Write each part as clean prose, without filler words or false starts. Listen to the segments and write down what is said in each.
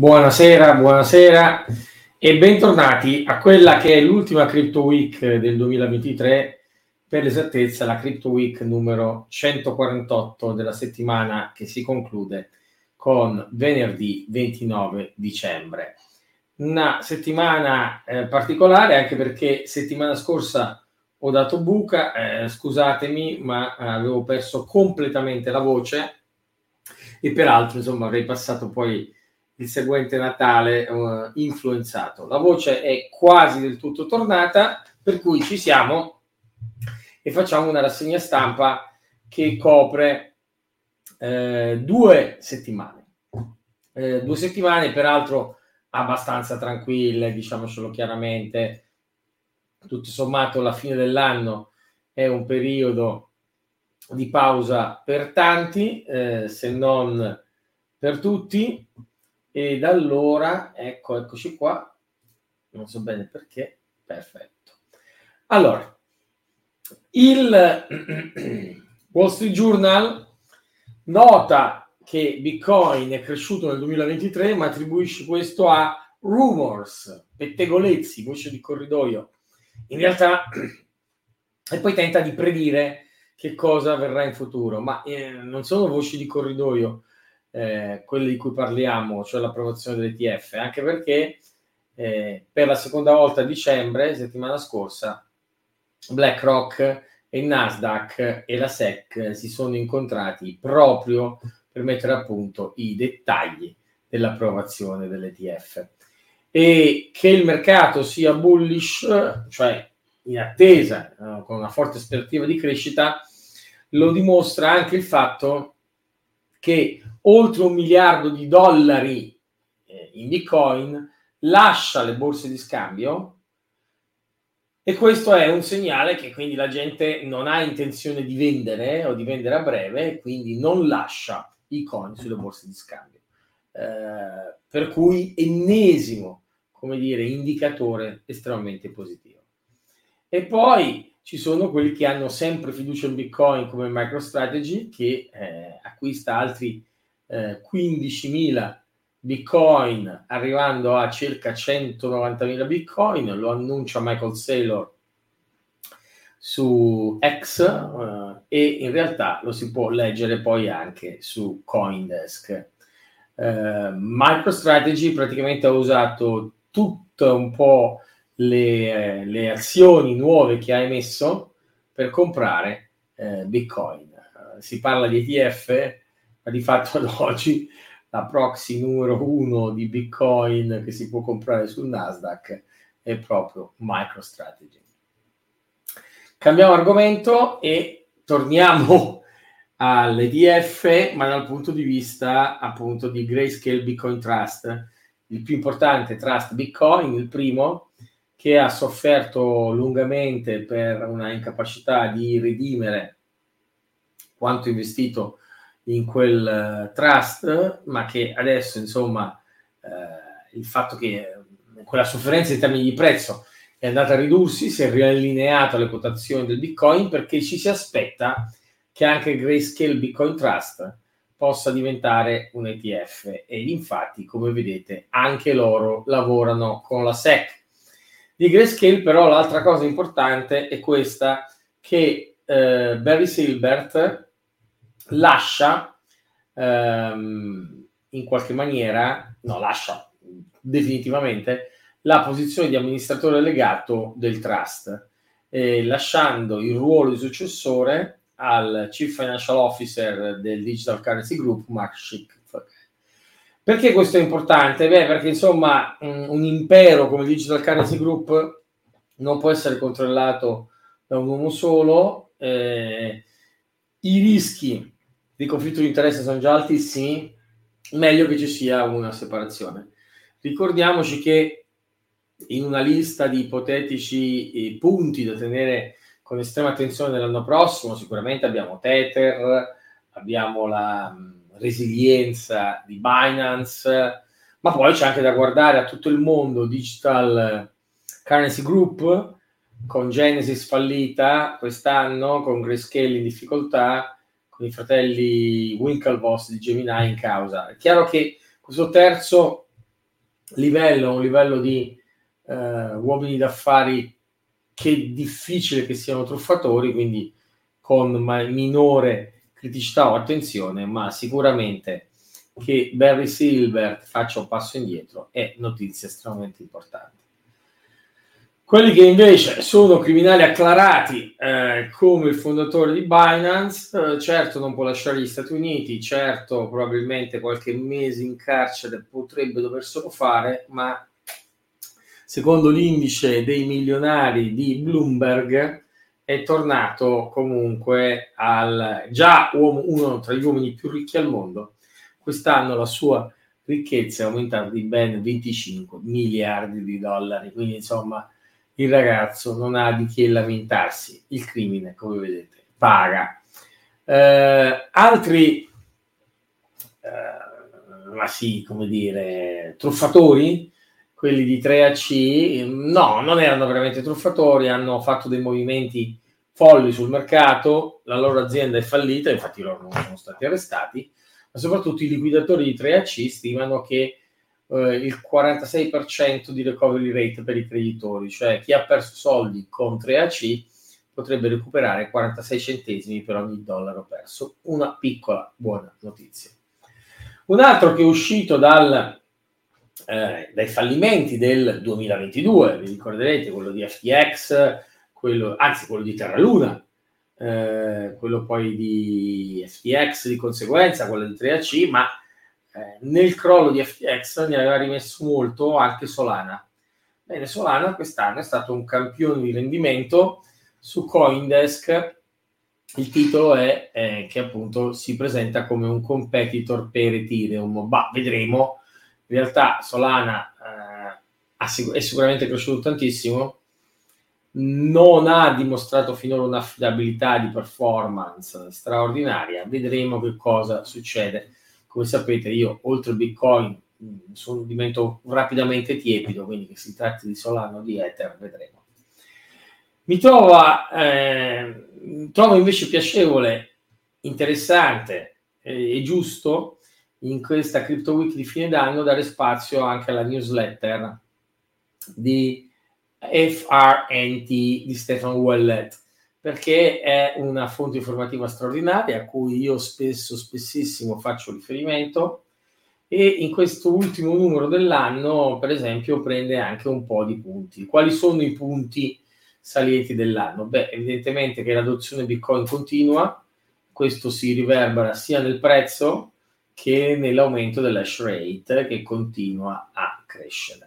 Buonasera e bentornati a quella che è l'ultima Crypto Week del 2023, per l'esattezza la Crypto Week numero 148 della settimana che si conclude con venerdì 29 dicembre. Una settimana particolare anche perché settimana scorsa ho dato buca, scusatemi, ma avevo perso completamente la voce e peraltro insomma avrei passato poi il seguente Natale influenzato. La voce è quasi del tutto tornata, per cui ci siamo e facciamo una rassegna stampa che copre 2 settimane. 2 settimane peraltro abbastanza tranquille, diciamocelo chiaramente. Tutto sommato la fine dell'anno è un periodo di pausa per tanti, se non per tutti. Ed allora, eccoci qua, non so bene perché, perfetto. Allora, il Wall Street Journal nota che Bitcoin è cresciuto nel 2023, ma attribuisce questo a rumors, pettegolezzi, voce di corridoio. In realtà, e poi tenta di predire che cosa avverrà in futuro, ma non sono voci di corridoio, quelle di cui parliamo, cioè l'approvazione dell'ETF, anche perché per la seconda volta a dicembre, settimana scorsa, BlackRock e il Nasdaq e la SEC si sono incontrati proprio per mettere a punto i dettagli dell'approvazione dell'ETF. E che il mercato sia bullish, cioè in attesa, con una forte aspettativa di crescita, lo dimostra anche il fatto che oltre $1 miliardo in Bitcoin lascia le borse di scambio, e questo è un segnale che quindi la gente non ha intenzione di vendere o di vendere a breve, quindi non lascia i coin sulle borse di scambio. Per cui ennesimo, indicatore estremamente positivo. E poi ci sono quelli che hanno sempre fiducia in Bitcoin, come MicroStrategy, che acquista altri 15.000 Bitcoin, arrivando a circa 190.000 Bitcoin. Lo annuncia Michael Saylor su X, e in realtà lo si può leggere poi anche su CoinDesk. MicroStrategy praticamente ha usato tutto un po' le azioni nuove che ha emesso per comprare Bitcoin. Si parla di ETF, ma di fatto ad oggi la proxy numero 1 di Bitcoin che si può comprare sul Nasdaq è proprio MicroStrategy. Cambiamo argomento e torniamo all'ETF, ma dal punto di vista appunto di Grayscale Bitcoin Trust, il più importante trust Bitcoin, il primo, che ha sofferto lungamente per una incapacità di redimere quanto investito in quel trust, ma che adesso il fatto che quella sofferenza in termini di prezzo è andata a ridursi, si è riallineato alle quotazioni del Bitcoin, perché ci si aspetta che anche Grayscale Bitcoin Trust possa diventare un ETF, ed infatti, come vedete, anche loro lavorano con la SEC. Di Grayscale però l'altra cosa importante è questa, che Barry Silbert lascia in qualche maniera, lascia definitivamente la posizione di amministratore delegato del trust, lasciando il ruolo di successore al Chief Financial Officer del Digital Currency Group, Mark Schick. Perché questo è importante? Perché un impero come il Digital Currency Group non può essere controllato da un uomo solo. I rischi di conflitto di interesse sono già altissimi, meglio che ci sia una separazione. Ricordiamoci che in una lista di ipotetici punti da tenere con estrema attenzione nell'anno prossimo, sicuramente abbiamo Tether, abbiamo la resilienza di Binance, ma poi c'è anche da guardare a tutto il mondo Digital Currency Group, con Genesis fallita quest'anno, con Grayscale in difficoltà, con i fratelli Winklevoss di Gemini in causa. È chiaro che questo terzo livello, un livello di uomini d'affari che è difficile che siano truffatori, quindi con minore criticità o attenzione, ma sicuramente che Barry Silbert faccia un passo indietro è notizia estremamente importante. Quelli che invece sono criminali acclarati, come il fondatore di Binance, certo non può lasciare gli Stati Uniti, certo probabilmente qualche mese in carcere potrebbe doverselo fare, ma secondo l'indice dei milionari di Bloomberg è tornato comunque al già uno tra gli uomini più ricchi al mondo. Quest'anno la sua ricchezza è aumentata di ben 25 miliardi di dollari, quindi insomma il ragazzo non ha di che lamentarsi, il crimine, come vedete, paga. Altri, ma sì, come dire, truffatori, quelli di 3AC, no, non erano veramente truffatori, hanno fatto dei movimenti folli sul mercato, la loro azienda è fallita, infatti loro non sono stati arrestati, ma soprattutto i liquidatori di 3AC stimano che il 46% di recovery rate per i creditori, cioè chi ha perso soldi con 3AC potrebbe recuperare 46 centesimi per ogni dollaro perso. Una piccola buona notizia. Un altro che è uscito dai fallimenti del 2022, vi ricorderete quello di FTX, quello di Terra Luna, quello poi di FTX di conseguenza, quello di 3AC, ma nel crollo di FTX ne aveva rimesso molto anche Solana. Bene, Solana quest'anno è stato un campione di rendimento su CoinDesk. Il titolo è che appunto si presenta come un competitor per Ethereum. Vedremo. In realtà Solana è sicuramente cresciuto tantissimo, non ha dimostrato finora un'affidabilità di performance straordinaria. Vedremo che cosa succede. Come sapete, io oltre Bitcoin divento rapidamente tiepido, quindi che si tratti di Solana o di Ether, vedremo. Trovo invece piacevole, interessante e giusto in questa Crypto Week di fine d'anno dare spazio anche alla newsletter di FRNT di Stefan Ouellet, perché è una fonte informativa straordinaria a cui io spessissimo faccio riferimento, e in questo ultimo numero dell'anno, per esempio, prende anche un po' di punti. Quali sono i punti salienti dell'anno? Evidentemente che l'adozione Bitcoin continua, questo si riverbera sia nel prezzo che nell'aumento dell'hash rate, che continua a crescere.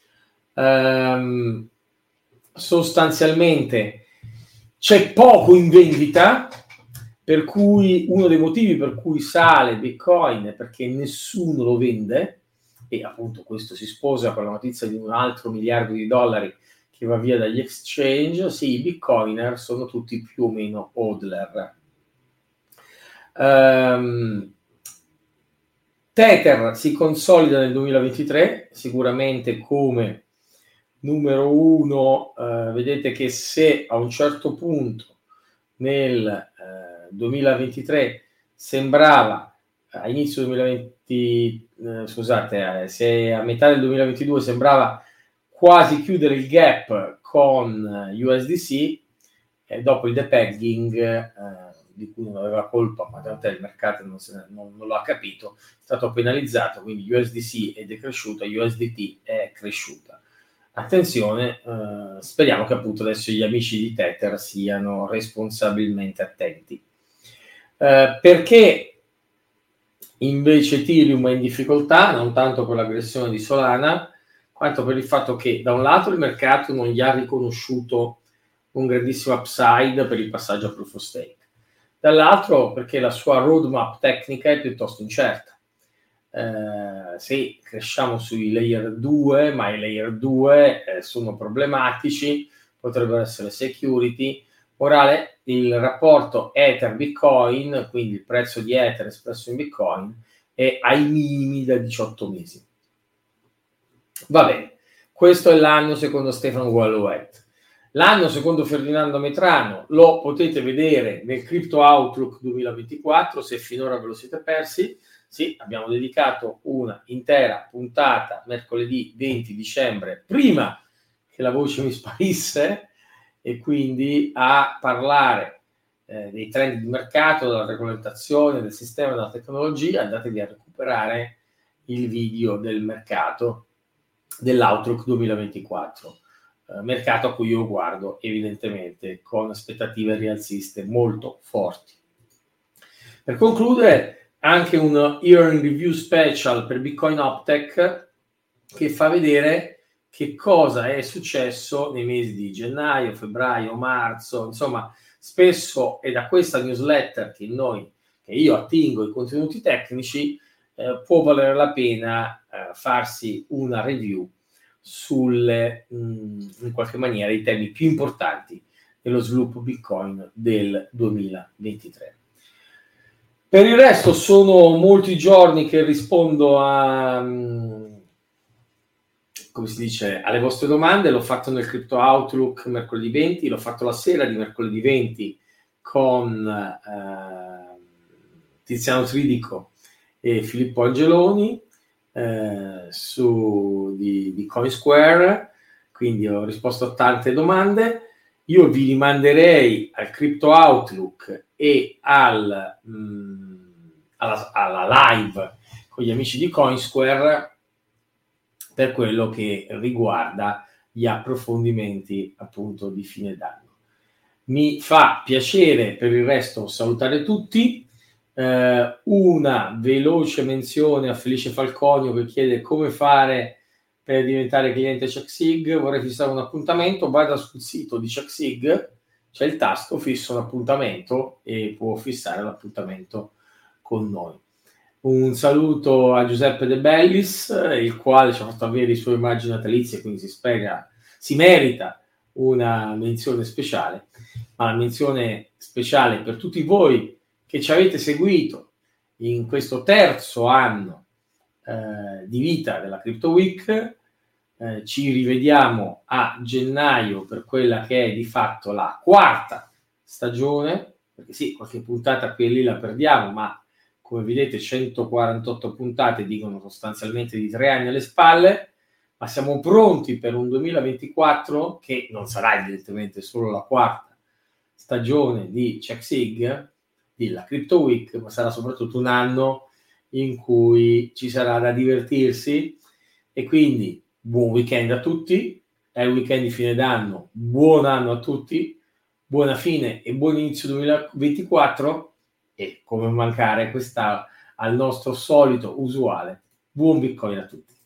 Sostanzialmente c'è poco in vendita, per cui uno dei motivi per cui sale Bitcoin è perché nessuno lo vende, e appunto questo si sposa con la notizia di un altro miliardo di dollari che va via dagli exchange. Sì, i bitcoiner sono tutti più o meno hodler. Tether si consolida nel 2023 sicuramente come numero uno. Vedete che se a un certo punto nel 2023 sembrava, a inizio 2020, se a metà del 2022 sembrava quasi chiudere il gap con USDC, dopo il depegging, di cui non aveva colpa, ma tanto il mercato non lo ha capito, è stato penalizzato, quindi USDC è decresciuta, USDT è cresciuta. Attenzione, speriamo che appunto adesso gli amici di Tether siano responsabilmente attenti. Perché invece Ethereum è in difficoltà, non tanto per l'aggressione di Solana, quanto per il fatto che da un lato il mercato non gli ha riconosciuto un grandissimo upside per il passaggio a Proof of Stake, dall'altro perché la sua roadmap tecnica è piuttosto incerta. Sì, cresciamo sui layer 2, ma i layer 2 sono problematici, potrebbero essere security. Morale, il rapporto Ether-Bitcoin, quindi il prezzo di Ether espresso in Bitcoin, è ai minimi da 18 mesi. Va bene, questo è l'anno secondo Stefan Ouellet. L'anno secondo Ferdinando Metrano lo potete vedere nel Crypto Outlook 2024, se finora ve lo siete persi. Sì, abbiamo dedicato una intera puntata mercoledì 20 dicembre, prima che la voce mi sparisse, e quindi a parlare dei trend di mercato, della regolamentazione, del sistema, della tecnologia. Andatevi a recuperare il video del mercato dell'Outlook 2024, mercato a cui io guardo evidentemente con aspettative rialziste molto forti. Per concludere, anche un Year in Review Special per Bitcoin Optech che fa vedere che cosa è successo nei mesi di gennaio, febbraio, marzo. Insomma, spesso è da questa newsletter che io attingo i contenuti tecnici, può valere la pena farsi una review sulle, in qualche maniera, i temi più importanti dello sviluppo Bitcoin del 2023. Per il resto sono molti giorni che rispondo come si dice, alle vostre domande. L'ho fatto nel Crypto Outlook mercoledì 20, l'ho fatto la sera di mercoledì 20 con Tiziano Tridico e Filippo Angeloni di CoinSquare, quindi ho risposto a tante domande. Io vi rimanderei al Crypto Outlook e alla live con gli amici di CoinSquare per quello che riguarda gli approfondimenti appunto di fine d'anno. Mi fa piacere per il resto salutare tutti. Una veloce menzione a Felice Falconio che chiede come fare per diventare cliente CheckSig. Vorrei fissare un appuntamento, vada sul sito di CheckSig, c'è il tasto fissa un appuntamento e può fissare l'appuntamento con noi. Un saluto a Giuseppe De Bellis, il quale ci ha fatto avere i suoi immagini natalizie, quindi si merita una menzione speciale, ma la menzione speciale per tutti voi che ci avete seguito in questo terzo anno di vita della Crypto Week. Ci rivediamo a gennaio per quella che è di fatto la quarta stagione, perché sì, qualche puntata qui e lì la perdiamo, ma come vedete 148 puntate dicono sostanzialmente di 3 anni alle spalle, ma siamo pronti per un 2024 che non sarà evidentemente solo la quarta stagione di CheckSig, della Crypto Week, ma sarà soprattutto un anno in cui ci sarà da divertirsi. E quindi buon weekend a tutti, è il weekend di fine d'anno, buon anno a tutti, buona fine e buon inizio 2024, e come mancare al nostro solito usuale buon Bitcoin a tutti.